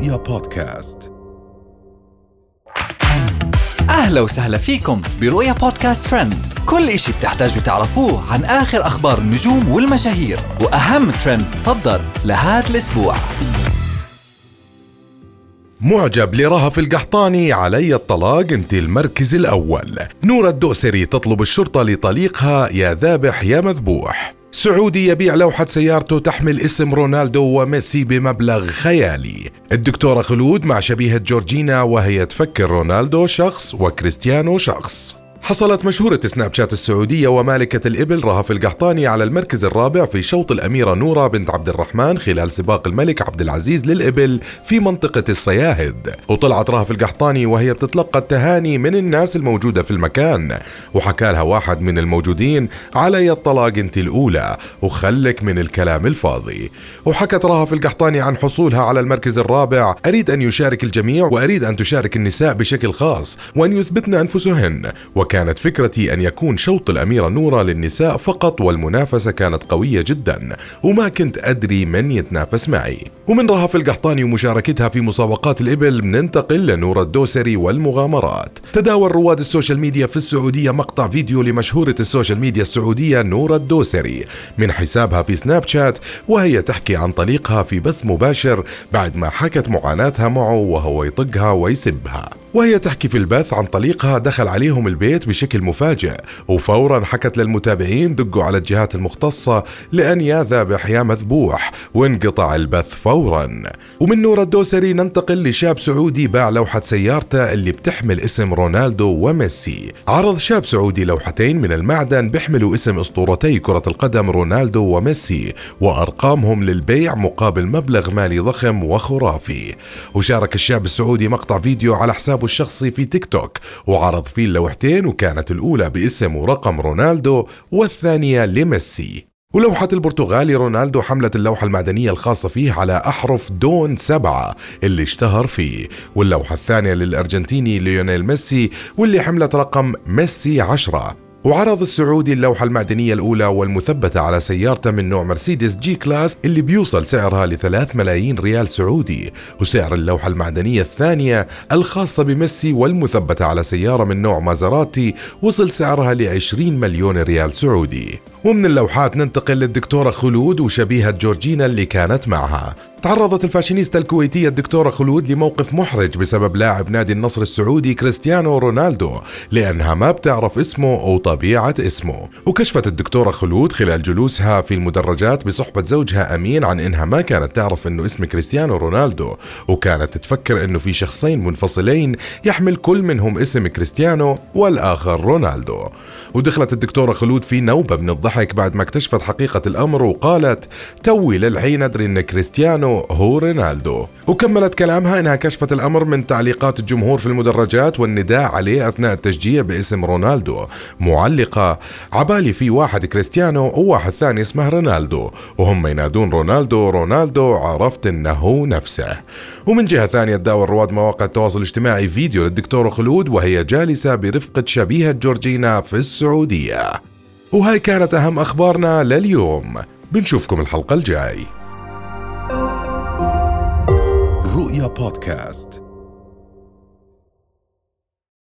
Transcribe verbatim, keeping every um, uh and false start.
رؤيا بودكاست. أهلا وسهلا فيكم برؤيا بودكاست ترند، كل إشي بتحتاجوا تعرفوه عن آخر أخبار النجوم والمشاهير وأهم ترند صدر لهذا الأسبوع. معجب لرهف القحطاني علي الطلاق انت المركز الأول. نورة الدوسري تطلب الشرطة لطليقها يا ذابح يا مذبوح. سعودي يبيع لوحة سيارته تحمل اسم رونالدو وميسي بمبلغ خيالي. الدكتورة خلود مع شبيهة جورجينا وهي تفكر رونالدو شخص وكريستيانو شخص. حصلت مشهورة سناب شات السعودية ومالكة الإبل رهف القحطاني على المركز الرابع في شوط الأميرة نورة بنت عبد الرحمن خلال سباق الملك عبد العزيز للإبل في منطقة الصياهد. وطلعت رهف القحطاني وهي بتتلقى التهاني من الناس الموجودة في المكان، وحكى لها واحد من الموجودين علي الطلاق انت الأولى وخلك من الكلام الفاضي. وحكت رهف القحطاني عن حصولها على المركز الرابع: أريد أن يشارك الجميع وأريد أن تشارك النساء بشكل خاص وأن يثبتن أنفسهن. كانت فكرتي أن يكون شوط الأميرة نورة للنساء فقط، والمنافسة كانت قوية جدا وما كنت أدري من يتنافس معي. ومن رهف القحطاني ومشاركتها في مسابقات الإبل بننتقل لنورة الدوسري والمغامرات. تداول رواد السوشيال ميديا في السعودية مقطع فيديو لمشهورة السوشيال ميديا السعودية نورة الدوسري من حسابها في سناب شات، وهي تحكي عن طليقها في بث مباشر بعد ما حكت معاناتها معه وهو يطقها ويسبها. وهي تحكي في البث عن طليقها دخل عليهم البيت بشكل مفاجئ، وفورا حكت للمتابعين دقوا على الجهات المختصة لأن يا ذابح يا مذبوح، وانقطع البث فورا. ومن نورة الدوسري ننتقل لشاب سعودي باع لوحة سيارته اللي بتحمل اسم رونالدو وميسي. عرض شاب سعودي لوحتين من المعدن بيحملوا اسم أسطورتي كرة القدم رونالدو وميسي وأرقامهم للبيع مقابل مبلغ مالي ضخم وخرافي. وشارك الشاب السعودي مقطع فيديو على حسابه الشخصي في تيك توك وعرض فيه اللوحتين، وكانت الأولى باسم ورقم رونالدو والثانية لميسي. ولوحة البرتغالي رونالدو حملت اللوحة المعدنية الخاصة فيه على أحرف دون سبعة اللي اشتهر فيه، واللوحة الثانية للأرجنتيني ليونيل ميسي واللي حملت رقم ميسي عشرة. وعرض السعودي اللوحة المعدنية الأولى والمثبتة على سيارته من نوع مرسيدس جي كلاس اللي بيوصل سعرها لثلاث ملايين ريال سعودي. وسعر اللوحة المعدنية الثانية الخاصة بميسي والمثبتة على سيارة من نوع مازراتي وصل سعرها لعشرين مليون ريال سعودي. ومن اللوحات ننتقل للدكتورة خلود وشبيهة جورجينا اللي كانت معها. تعرضت الفاشينيستا الكويتية الدكتورة خلود لموقف محرج بسبب لاعب نادي النصر السعودي كريستيانو رونالدو لأنها ما بتعرف اسمه أو طبيعة اسمه. وكشفت الدكتورة خلود خلال جلوسها في المدرجات بصحبة زوجها أمين عن إنها ما كانت تعرف إنه اسم كريستيانو رونالدو، وكانت تفكر إنه في شخصين منفصلين يحمل كل منهم اسم كريستيانو والآخر رونالدو. ودخلت الدكتورة خلود في نوبة من الضحك بعد ما اكتشفت حقيقة الأمر وقالت: توي للحين أدري إن كريستيانو هو رونالدو. وكملت كلامها إنها كشفت الأمر من تعليقات الجمهور في المدرجات والنداء عليه أثناء التشجيع باسم رونالدو، معلقة: عبالي في واحد كريستيانو وواحد ثاني اسمه رونالدو وهم ينادون رونالدو رونالدو، عرفت إنه نفسه. ومن جهة ثانية تداول رواد مواقع التواصل الاجتماعي فيديو للدكتورة خلود وهي جالسة برفقة شبيهة جورجينا في السعودية. وهاي كانت أهم أخبارنا لليوم، بنشوفكم الحلقة الجاي. رؤيا بودكاست.